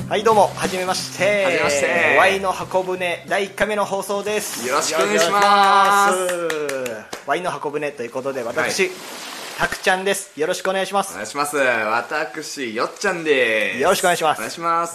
はいどうもはじめまして。 はじめまして。 ワイの箱舟第1回目の放送です。 よろしくお願いします。 ワイの箱舟ということで私、たくちゃんです。よろしくお願いします。 お願いします。私よっちゃんです。 よろしくお願いします。 お願いします。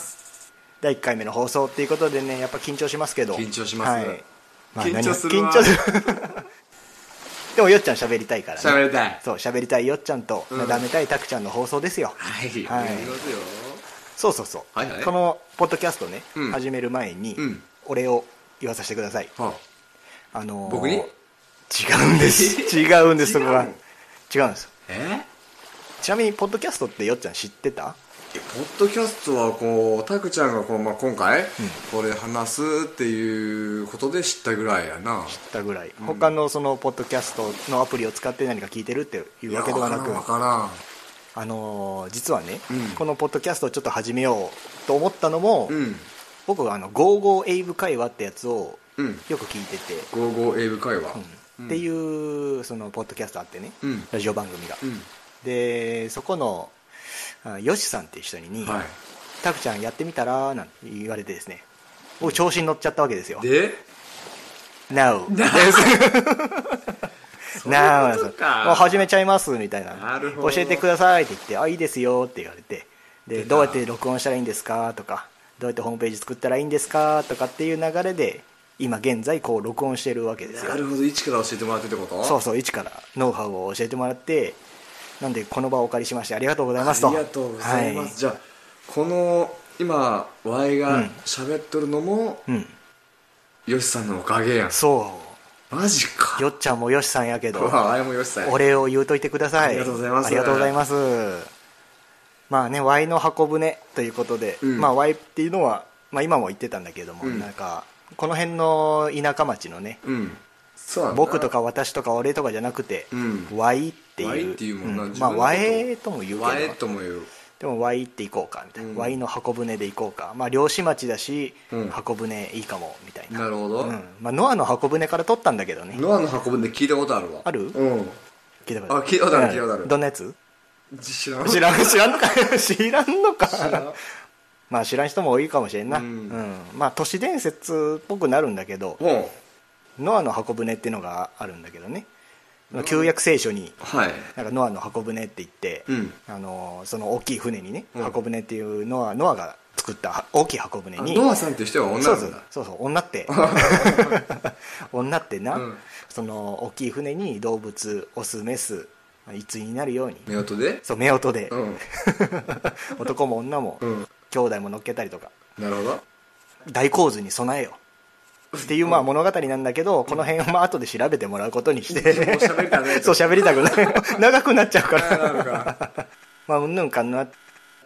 第1回目の放送っていうことでね、やっぱ緊張しますけど。 緊張します。 まあ、 緊張するわ。 でもよっちゃん喋りたいからね。 喋りたい。 そう、喋りたいよっちゃんとなだめたいたくちゃんの放送ですよ。 はい。はい。 そうそうそう、 はいはい、 このポッドキャストね、 うん、 始める前に、 うん、 お礼を言わさせてください。 僕に？ 違うんです違うんです。そこは違うんです。ちなみにポッドキャストってよっちゃん知ってた？ ポッドキャストはこうタクちゃんがこう、今回、これ話すっていうことで知ったぐらいやな。 知ったぐらい、他のそのポッドキャストのアプリを使って何か聞いてるっていうわけではなく、 わからん。 実はね、このポッドキャストをちょっと始めようと思ったのも、僕がゴーゴーエイブ会話ってやつをよく聞いてて、 ゴーゴーエイブ会話、 っていうそのポッドキャストあってね、ラジオ番組が、でそこのヨシさんっていう人に、タクちゃんやってみたらなんて言われてですね、僕調子に乗っちゃったわけですよ。 で NOW なあ、もう始めちゃいますみたいな、教えてくださいって言って、あ、いいですよって言われて、でどうやって録音したらいいんですかとか、どうやってホームページ作ったらいいんですかとかっていう流れで今現在こう録音してるわけですよ。 なるほど、一から教えてもらってってこと？ そうそう、一からノウハウを教えてもらって、なんでこの場をお借りしましてありがとうございますと。 ありがとうございます、じゃあこの今 Y が喋っとるのも、よしさんのおかげやん。 そう、 マジか。 よっちゃんもよしさんやけど、 あれもよしさんや。 お礼を言うといてください。 ありがとうございます。 ありがとうございます。まあね、 Y の箱舟ということで、まあ Y っていうのは、今も言ってたんだけども、なんかこの辺の田舎町のね、僕とか私とか俺とかじゃなくて、Y っていう、 Y っていうもんな、 まあ Y とも言うけど、 Y とも言う。 でも Y って行こうかみたいな、Y の箱舟で行こうか、まあ漁師町だし、箱舟いいかもみたいな。 なるほど、 ノアの箱舟から取ったんだけどね。 ノアの箱舟聞いたことあるわ。 ある？聞いたことある。 聞いたことある、聞いたことある。 どんなやつ？ 知らんのか知らんのかまあ知らん人も多いかもしれんな。まあ都市伝説っぽくなるんだけど、ノアの箱舟っていうのがあるんだけどね、旧約聖書に、なんかノアの箱舟って言って、その大きい船にね、箱舟っていうノアが作った大きい箱舟に、 ノアさんっていう人は女なんだ。 そう女って女ってな、その大きい船に動物オスメス一対になるように、 夫婦で、 そう夫婦で、男も女も、兄弟も乗っけたりとか、 なるほど、 大洪水に備えよっていう物語なんだけど、この辺は後で調べてもらうことにして、そう喋りたくない長くなっちゃうからまあうんぬんかんなって、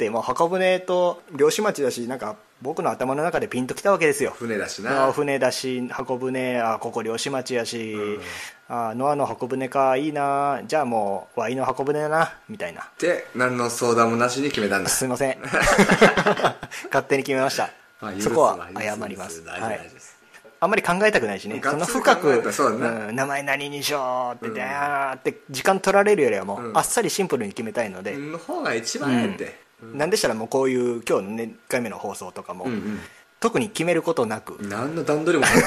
箱舟と漁師町だし、なんか僕の頭の中でピンときたわけですよ。 船だしな、 船だし箱舟、ここ漁師町やし、ノアの箱舟か、いいな、じゃあもう Y の箱舟だなみたいなで、何の相談もなしに決めたんだ。 すいません勝手に決めました。そこは謝ります。あんまり考えたくないしね、その深く、名前何にしようって、って時間取られるよりはもう、あっさりシンプルに決めたいので、 の方が一番やって、 なんでしたらもうこういう今日の1回目の放送とかも、特に決めることなく、 何の段取りも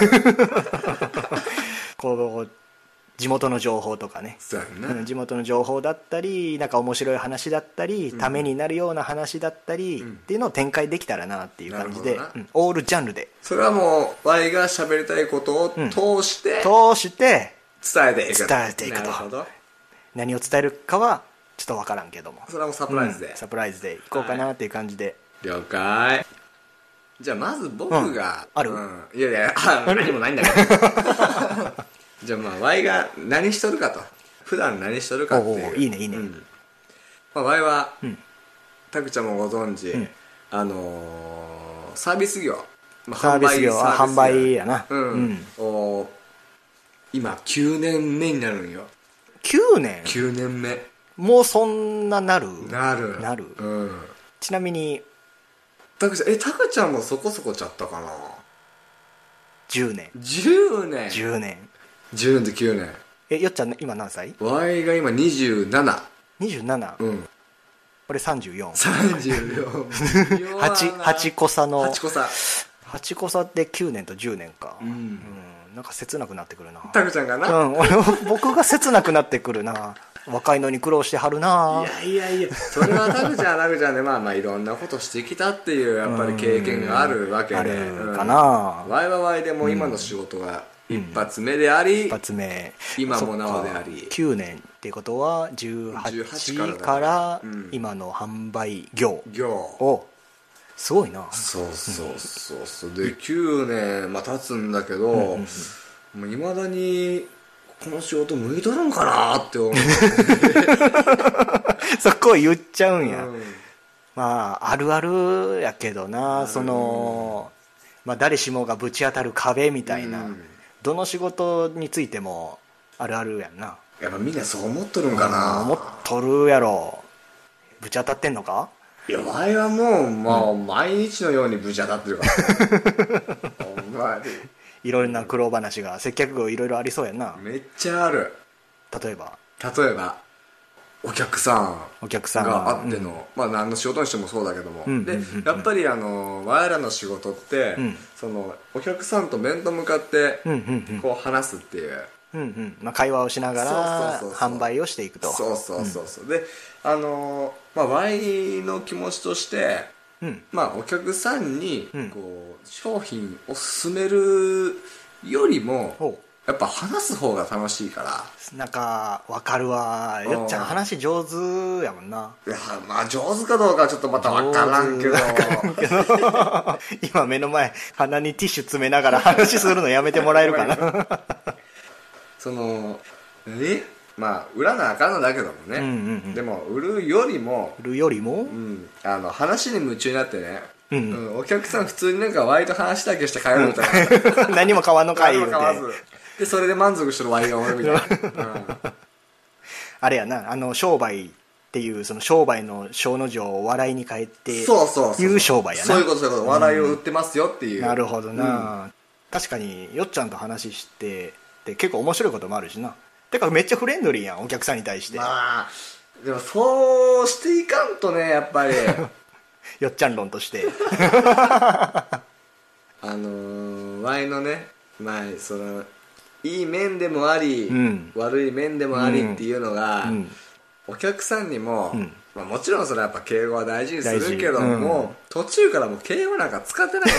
こう地元の情報とかね、地元の情報だったり、なんか面白い話だったり、ためになるような話だったり、っていうのを展開できたらなっていう感じで、オールジャンルで、 それはもう Y が喋りたいことを通して伝えていくと。 何を伝えるかはちょっと分からんけども、 それはもうサプライズで、 いこうかなっていう感じで。 了解。じゃあまず僕が、 ある？ いやいや、何もないんだけどじゃあY が何しとるかと、普段何しとるかっていう。 いいねいいね。 Y はタクちゃんもご存知、サービス業、 販売やな。 今9年目になるんよ。 9年 9年目、 もうそんななる。ちなみにタクちゃんもそこそこちゃったかな。 10年 10年 10年 10年で9年。 よっちゃん今何歳？ Y が今27。 27、 これ34。 8 個差の 8個差で9年と10年か。なんか切なくなってくるな。 タクちゃんがな。 僕が切なくなってくるな。若いのに苦労してはるな。 いやそれはタクちゃんでまあいろんなことしてきたっていうやっぱり経験があるわけで、 あるかな。 ワイはワイでも今の仕事が一発目であり、 一発目今もなおであり、 9年っていうことは18から今の販売業を、すごいな。 そうで9年経つんだけど、もういまだにこの仕事向いとるんかなって思うそこを言っちゃうんや。まああるあるやけどな、誰しもがぶち当たる壁みたいな、どの仕事についてもあるあるやんな。 やっぱみんなそう思っとるんかな。 思っとるやろ。ぶち当たってんのか。 いや、前はもう、毎日のようにぶち当たってるからほんまにいろいろな苦労話が、接客業いろいろありそうやな。 めっちゃある。 例えばお客さんがあっての、何の仕事にしてもそうだけども、でやっぱり我らの仕事って、そのお客さんと面と向かってこう話すっていう、 会話をしながら販売をしていくと。 そうでY の気持ちとして、お客さんにこう商品を勧めるよりもやっぱ話す方が楽しいから。 なんか分かるわ。よっちゃん話上手やもんな。 いや上手かどうかはちょっとまた分からんけど今目の前鼻にティッシュ詰めながら話するのやめてもらえるかな売らなあかんのだけどもね、でも売るよりも、話に夢中になってね、お客さん普通になんかワイと話だけして帰るみたいな、 何も買わんのかい言うて、 でそれで満足してるワイがおるみたいなあれやな、商売っていうその商売の小の字を笑いに変えていう商売やな。 そういうこと笑いを売ってますよっていう。 なるほどな。確かによっちゃんと話してで結構面白いこともあるしな。てかめっちゃフレンドリーやん、お客さんに対して。 でもそうしていかんとね、やっぱりよっちゃん論としてワイのね、そのいい面でもあり、悪い面でもありっていうのが、お客さんにも、もちろんそれはやっぱ敬語は大事にするけども、途中からもう敬語なんか使ってない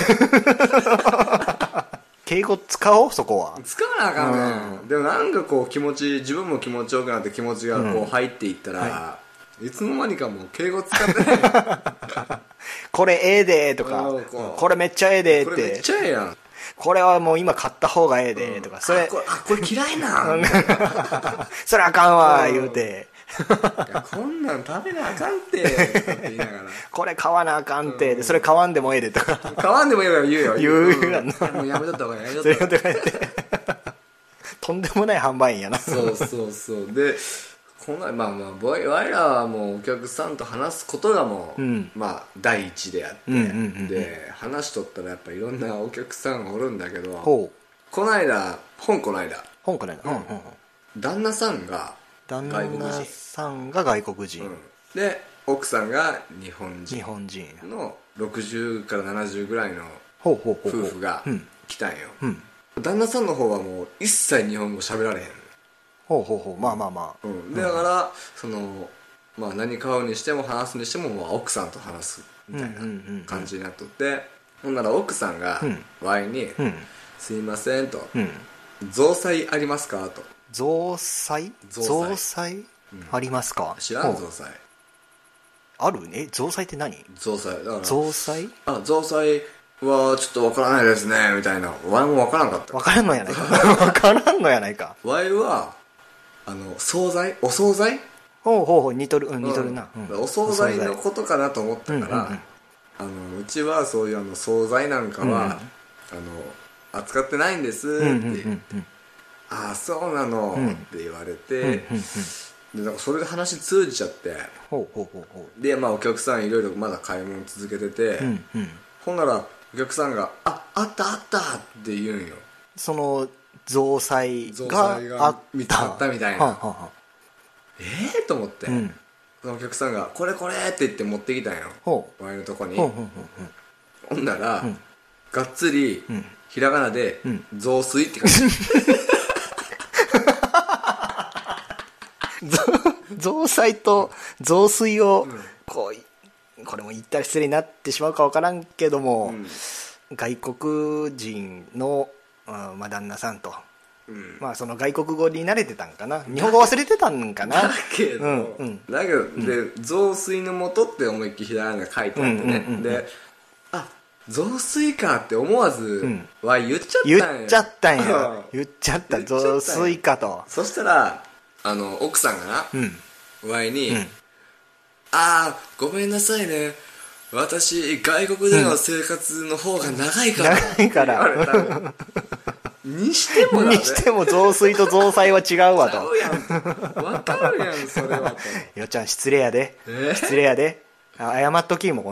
敬語使おう、そこは使わなあかんね。でもなんかこう自分も気持ちよくなって気持ちがこう入っていったら、いつの間にかもう敬語使ってないこれええでとか、これめっちゃええでって、 これめっちゃええやん、 これはもう今買った方がええでとか、それこれ嫌いなんそれあかんわ言うて、 いやこんなん食べなあかんってって言いながらこれ買わなあかんって、それ買わんでもええでとか、 買わんでもええよ言うやんな。 もうやめとった方がいい、やめとった方がいいとんでもない販売員やな。 そうで我らはもうお客さんと話すことがもう、第一であって、で話しとったらやっぱいろんなお客さんがおるんだけど、この間旦那さんが外国人、で奥さんが日本人の60から70ぐらいの夫婦が来たんよ。旦那さんの方はもう一切日本語喋られへん。だからその何買うにしても話すにしても、奥さんと話すみたいな感じになっとって、ほんなら奥さんがワイに「すいません」と「雑菜ありますか?」と。 雑菜ありますか。 知らん？雑菜あるね。雑菜って何？ 雑菜だから、 雑菜はちょっとわからないですねみたいな。ワイもわからんかった。 わからんのやないかワイはお惣菜似とるな、 お惣菜のことかなと思ったから、うちはそういう惣菜なんかは、扱ってないんですってああそうなのって言われて、でなんかそれで話通じちゃって、でお客さんいろいろまだ買い物続けてて、ほんならお客さんが「あったあった」って言うんよ。 その雑菜があったみたいな。と思って、 そのお客さんが「これこれ!」って言って持ってきたんよ、ワイのとこに。ほんなら、がっつり、ひらがなで「雑炊」って書いて雑菜と雑炊をこれも言ったら失礼になってしまうか分からんけども、外国人の、旦那さんと、その外国語に慣れてたんかな、日本語忘れてたんかな。 だけど、で雑炊の素って思いっきりひらがなが書いてあってね、で雑炊かって思わず言っちゃったんや言っちゃった雑炊かと。 そしたら奥さんがな、ワイに、ごめんなさいね、私外国での生活の方が長いから言われたにしてもにしても雑炊と雑菜は違うわと。 分かるやんそれはと。 よっちゃん失礼やで、失礼やで、謝っときも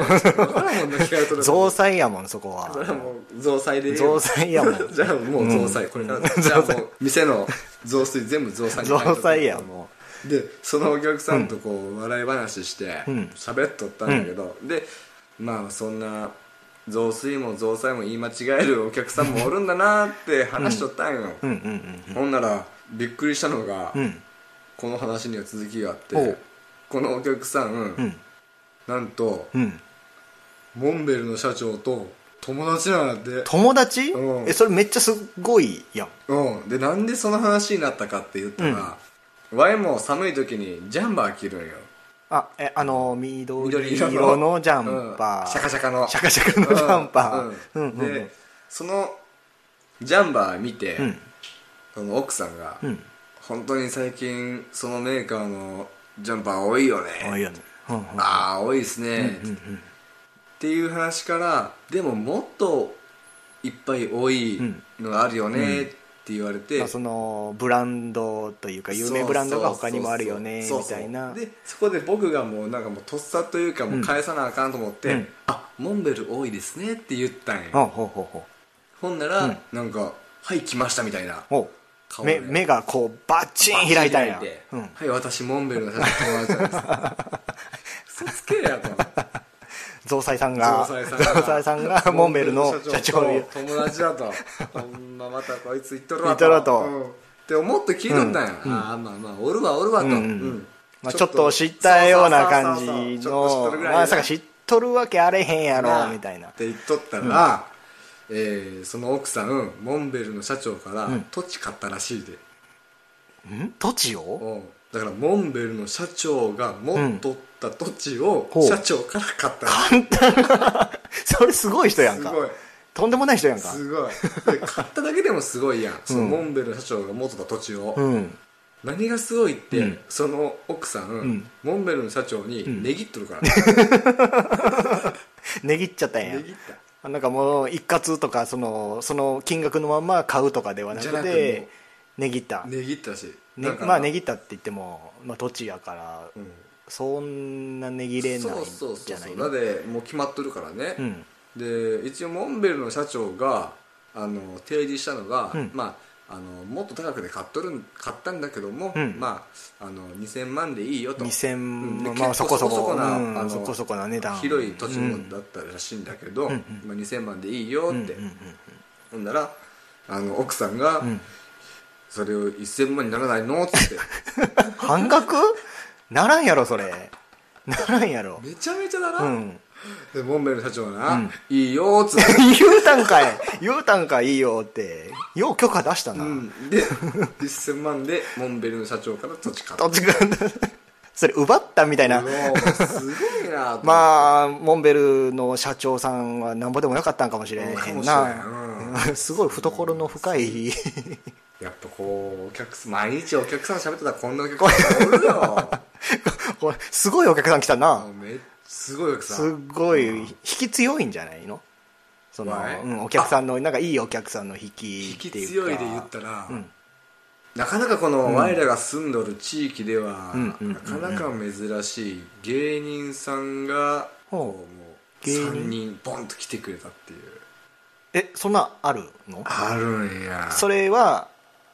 雑菜やもんそこは。 それはもう雑菜でいい雑菜やもん。 じゃあもう雑菜、これからじゃあもう店の雑炊全部雑菜に書いて雑菜やもう。でそのお客さんとこう笑い話して喋っとったんだけど、でそんな雑炊も雑菜も言い間違えるお客さんもおるんだなって話しとったんよ。ほんならびっくりしたのが、この話には続きがあって、このお客さん、なんと、モンベルの社長と友達なんだって。 友達？それめっちゃすごいやん。でなんでその話になったかって言ったら、ワイも寒い時にジャンバー着るんよ。 緑色のジャンパー、 シャカシャカのジャンパー、 でそのジャンバー見て、その奥さんが、本当に最近そのメーカーのジャンパー多いよね、多いですね、っていう話から、でももっといっぱい多いのがあるよねって言われて、 そのブランドというか有名ブランドが他にもあるよねみたいな。 でそこで僕がもうとっさというかもう返さなあかんと思って、モンベル多いですねって言ったんや。ほんならはい来ましたみたいな、 目がこうバッチン開いたんや。 はい、私モンベルの社長友達です嘘つけやと。 雑菜さんがモンベルの社長友達だと。ほんままたこいつ言っとるわとって思って聞いとったんや。おるわと、 ちょっと知ったような感じの、まさか知っとるわけあれへんやろみたいなって言っとったら、その奥さんモンベルの社長から土地買ったらしいで。 土地を？ だからモンベルの社長が持っとった土地を社長から買った。 それすごい人やんか。 すごいとんでもない人やんか。 すごい。買っただけでもすごいやん、そのモンベルの社長が持っとった土地を。何がすごいって、その奥さん、モンベルの社長に値切っとるから。 値切っちゃったんや。 値切った。 もう一括とかその金額のまま買うとかではなくて値切ったし、 値切ったって言っても、土地やから、そんな値切れないじゃないの。 だってもう決まっとるからね。で一応モンベルの社長が提示したのが、もっと高くで買ったんだけども、2000万でいいよと。 2000万、そこそこな値段、 広い土地もだったらしいんだけど、2000万でいいよって。ほんなら奥さんが、それを1000万にならないのっつって。 半額ならんやろそれ。ならんやろ。 めちゃめちゃならん。でモンベル社長がいいよっつって言うたんかいいよってよう許可出したな。 で1000万でモンベルの社長から土地買った。 それ奪ったみたいな。 すごいな。 モンベルの社長さんはなんぼでもよかったんかもしれへんな。すごい懐の深い。 やっぱ毎日お客さん喋ってたらこんなお客さんおるよ。 すごいお客さん来たな。 すごいお客さん。 すごい引き強いんじゃないの？お客さんのいいお客さんの引きっていうか。 強いで言ったら、なかなかこの我らが住んどる地域ではなかなか珍しい芸人さんがもう3人ボンと来てくれたっていう。 そんなあるの？ あるんや。 それは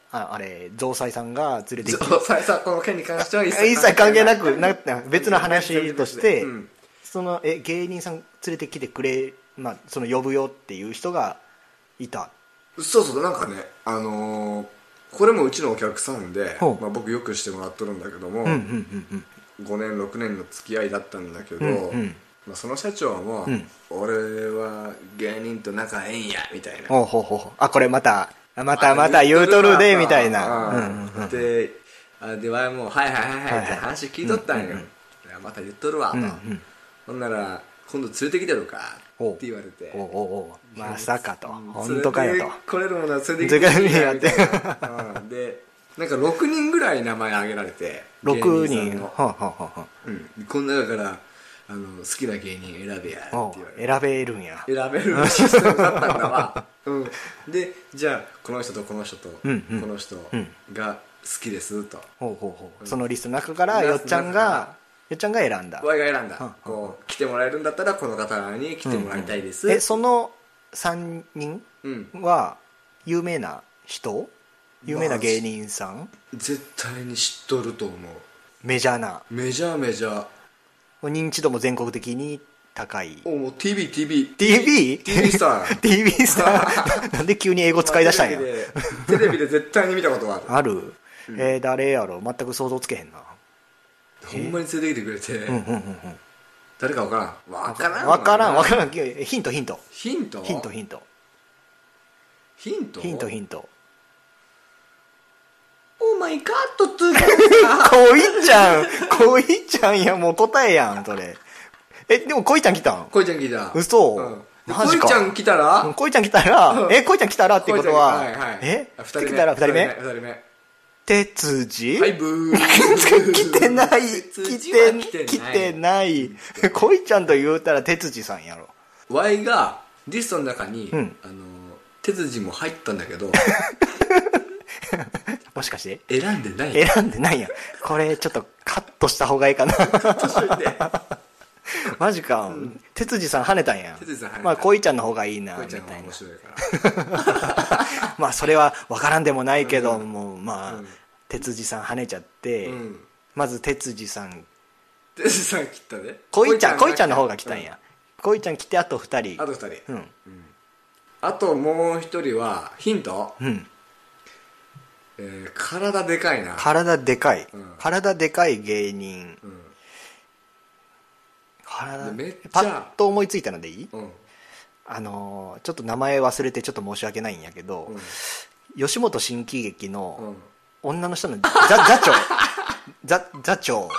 あれ蔵斎さんが連れてきて、 蔵斎さんこの件に関しては一切関係なく別の話として、その芸人さん連れてきてくれ、その呼ぶよっていう人がいた。 そうそう、なんかねこれもうちのお客さんで、僕よくしてもらっとるんだけども、5年6年の付き合いだったんだけど、その社長も、俺は芸人と仲ええんやみたいな、 これまた言うとるでみたいな、 でわいもはいって話聞いとったんよ、また言っとるわと、ほんなら今度連れてきてるかって言われて、 まさかと、本当かよと、 連れてこれるものは連れてきてるやみたいなでなんか6人ぐらい名前挙げられて、 6人この中から好きな芸人選べやって言われて、 選べるんや、 選べるシステムだったんだわ、でじゃあこの人とこの人とこの人が好きですと、 そのリストの中からよっちゃんが選んだ、 わいが選んだ、こう来てもらえるんだったらこの方に来てもらいたいです、 その3人は有名な人、有名な芸人さん、 絶対に知っとると思う、 メジャーメジャー認知度も全国的に高い。 もう TV スターTV スターなんで急に英語使い出したんや。 テレビで絶対に見たことがある。 誰やろ、全く想像つけへんな。 ほんまに連れてきてくれて、誰か分からん。ヒントオーマイガッドトゥーこいちゃんや、もう答えやんそれ。でもこいちゃん来たん？ こいちゃん来た。 嘘？ こいちゃん来たらこいちゃん来たらってことは、来たら2人目哲司？ はい、ブー。 来てない。こいちゃんと言うたら哲司さんやろ。 ワイがリストの中に哲司も入ったんだけどもしかして選んでないやん。これちょっとカットした方がいいかな。マジか、哲司さん跳ねたんや。こいちゃんの方がいいなみたいな。面白いからそれは分からんでもないけども、哲司さん跳ねちゃって、まず哲司さん来たね。 こいちゃんの方が来たんや。こいちゃん来てあと2人。 あともう1人はヒント、体でかいな。 体でかい芸人、パッと思いついたのでいい？ちょっと名前忘れてちょっと申し訳ないんやけど、吉本新喜劇の女の人の座長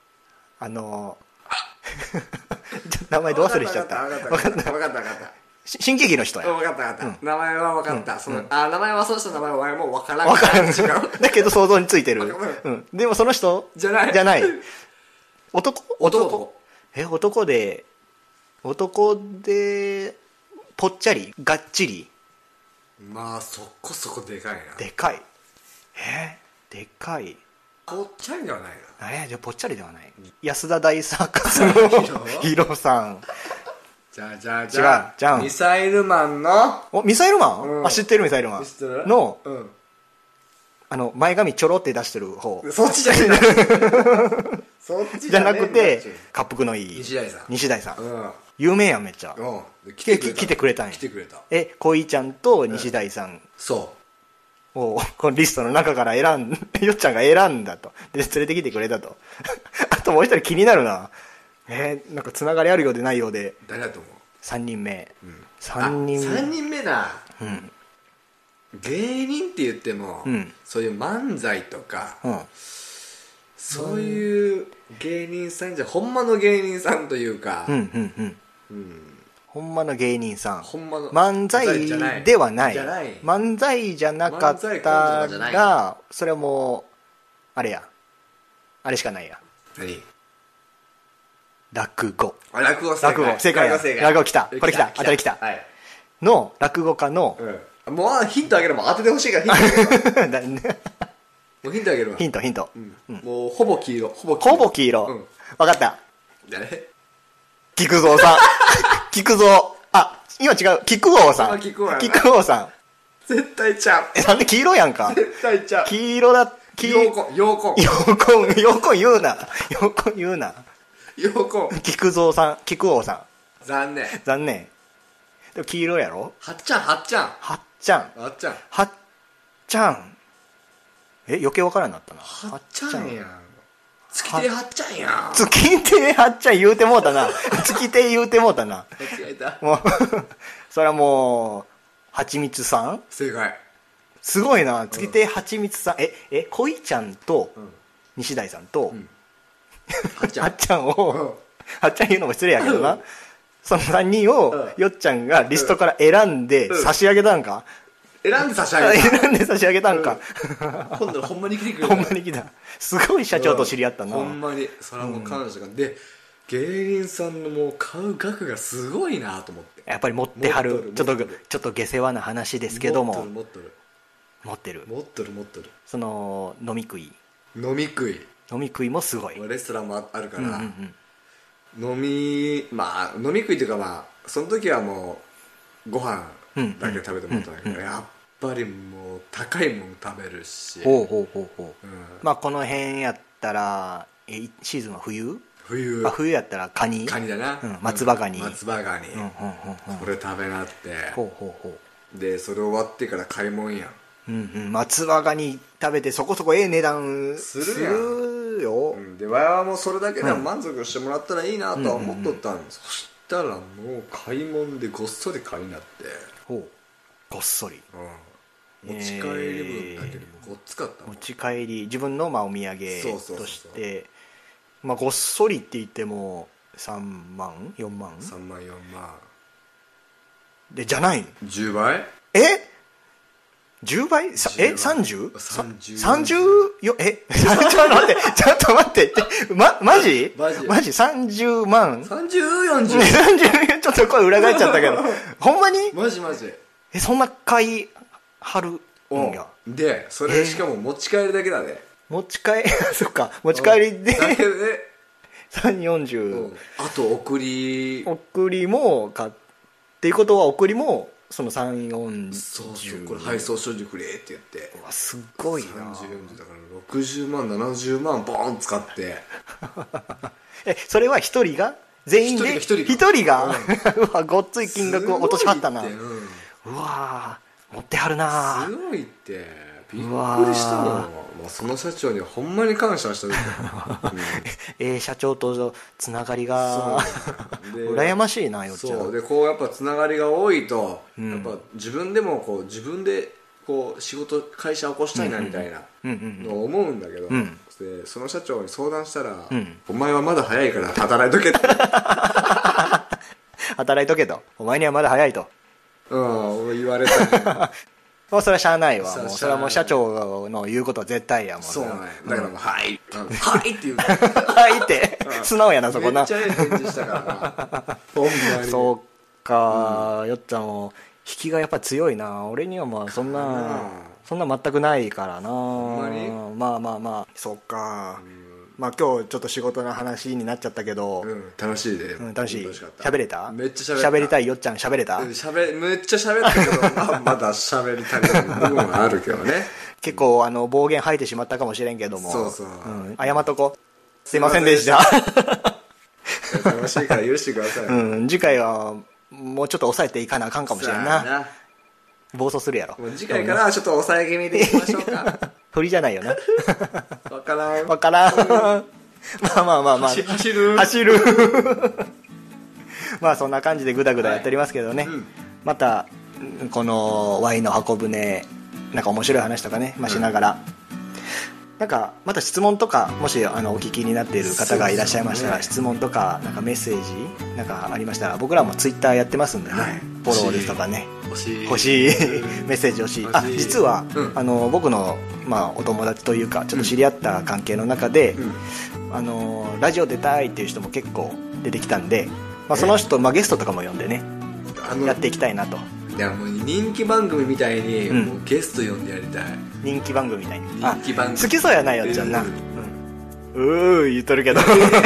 名前ど忘れしちゃった。分かった新喜劇の人や。 分かった、名前は分かった、名前はそうした名前はもう分からんだけど想像についてる、でもその人じゃない男でぽっちゃりがっちり、 そこそこでかいな。 でかいぽっちゃりではないな。 じゃぽっちゃりではない、安田大サーカスのヒロさん。 じゃあミサイルマンのミサイルマン、知ってる。ミサイルマンの前髪ちょろって出してる方。 そっちじゃないじゃなくて滑腹のいい西大さん、有名やんめっちゃ。来てくれたんや。こいちゃんと西大さんをこのリストの中からよっちゃんが選んだと。で連れてきてくれたと。あともう一人気になるな。なんかつながりあるようでないようで。 誰だと思う ？3人目。 3人目だ。芸人って言っても、そういう漫才とか、そういう芸人さんじゃ、ほんまの芸人さんというか、 ほんまの芸人さん、漫才ではない、漫才じゃなかったら、それはもうあれしかないや。 何？ 落語。 正解や。 落語来た。これ来た。当たり来た。の落語家の、 もうヒントあげれば当ててほしいから。もうヒントあげるわ。 ヒント。 もうほぼ黄色。 ほぼ黄色。分かった。 誰？ 菊蔵さん。今違う。菊王さん。 絶対ちゃう。 なんで黄色やんか。 絶対ちゃう。 黄色だ。 ヨーコン言うな。 ヨーコン。 菊王さん。 残念。 でも黄色やろ。 はっちゃん。 余計わからんなったな。 はっちゃんやん。月亭はっちゃんやん。 月亭はっちゃん言うてもうたな。月亭言うてもうたな。 間違えた。 もうそれはもうはちみつさん。 正解。 すごいな。月亭はちみつさん。恋ちゃんと西大さんとはっちゃんをはっちゃん言うのも失礼やけどな。その3人をよっちゃんがリストから選んで差し上げたんか。 選んで差し上げたんか。 今度ほんまに来てくれた。 ほんまに来た。すごい社長と知り合ったな。 ほんまにそれはもう感謝が、で芸人さんのもう買う額がすごいなと思って。 やっぱり持ってはる。ちょっと下世話な話ですけども、 持ってる。 その飲み食いもすごい。 レストランもあるから、飲み食いというか、まあその時はもうご飯だけ食べてもらったんだけど、やっぱりもう高いもん食べるし。 まあこの辺やったらシーズンは冬やったらカニだな。 松葉ガニ。 これ食べなって。でそれ終わってから買い物やん。 松葉ガニ食べてそこそこ値段するよ。 でわやはもうそれだけでも満足してもらったらいいなとは思っとったんです。そしたらもう買い物でごっそり買いになって。 ごっそり。 持ち帰り分だけでもごっつかったもん。 持ち帰り自分のお土産として。まあごっそりって言っても3万4万でじゃない 10倍 10倍30？ 30？ ちょっと待ってマジ30万 3040 ちょっと声裏返っちゃったけどほんまにマジそんな買いはるんや。 でそれしかも持ち帰りだけだね。 そっか持ち帰りでだけで 340。 あと送りも買っていうことは送りもその340。 そうこれ配送処理くれって言って、 うわすごいな。 3040だから60万70万ボーン使ってそれは一人が全員で一人がうわごっつい金額を落としはったな。うわ持ってはるな。 すごいってびっくりしたもん。その社長にほんまに感謝した社長とつながりが羨ましいなよっちゃん。 そうでこうやっぱつながりが多いと、やっぱ自分でも自分で仕事会社起こしたいなみたいなのを思うんだけど、でその社長に相談したら、お前はまだ早いから働いとけって働いとけと、お前にはまだ早いと言われたもうそれはしゃあないわ。もうそれはもう社長の言うことは絶対やもん。 そうなんや。だからもうはいはいって言うはいって素直やなそこな。 めっちゃ返事したからなほんまに。 そうか、よっちゃんも引きがやっぱ強いな。俺にはまあそんな全くないからな。 ほんまに。 まあそうか。まあ今日ちょっと仕事の話になっちゃったけど、 楽しいで、 楽しい。喋れた？ めっちゃ喋りたいよっちゃん喋れた？ めっちゃ喋ったけどまだ喋り足りない部分はあるけどね結構暴言吐いてしまったかもしれんけども、 そう、 謝っとこ。すいませんでした楽しいから許してください。 次回はもうちょっと抑えていかなあかんかもしれんな。暴走するやろ。 もう次回からはちょっと抑え気味でいきましょうか振りじゃないよなわからんまあ走るまあそんな感じでグダグダやっておりますけどね、またこのワインの箱舟なんか面白い話とかね、しながら、なんかまた質問とかもしお聞きになっている方がいらっしゃいましたら、質問とかなんかメッセージなんかありましたら、僕らもツイッターやってますんでね、フォローですとかね、欲しいメッセージ欲しい。実は、僕のお友達というかちょっと知り合った関係の中で、ラジオ出たいっていう人も結構出てきたんで、その人、ゲストとかも呼んでねやっていきたいなと。 いやもう人気番組みたいに、もうゲスト呼んでやりたい。 人気番組みたいに。 人気番組好きそうやなよっちゃんな。言っとるけど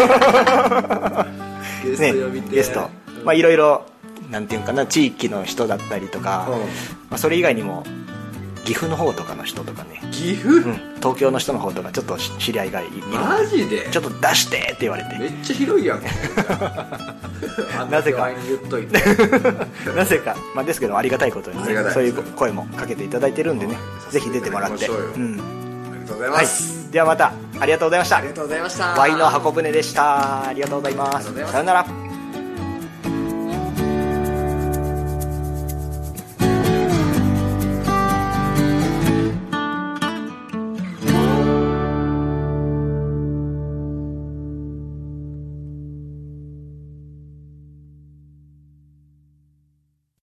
ゲストいろいろなんていうかな、地域の人だったりとか、それ以外にも岐阜の方とかの人とかね、 岐阜、 東京の人の方とかちょっと知り合いがいる。 マジでちょっと出してって言われて、 めっちゃ広いやんなぜか言っといてなぜか、まあ、ですけどありがたいことにね、そういう声もかけていただいてるんでね、ぜひ出てもらって、 ありがとうございます、 はい、ではまたありがとうございました。 ありがとうございました。 ワイの箱舟でした。ありがとうございます。さよなら。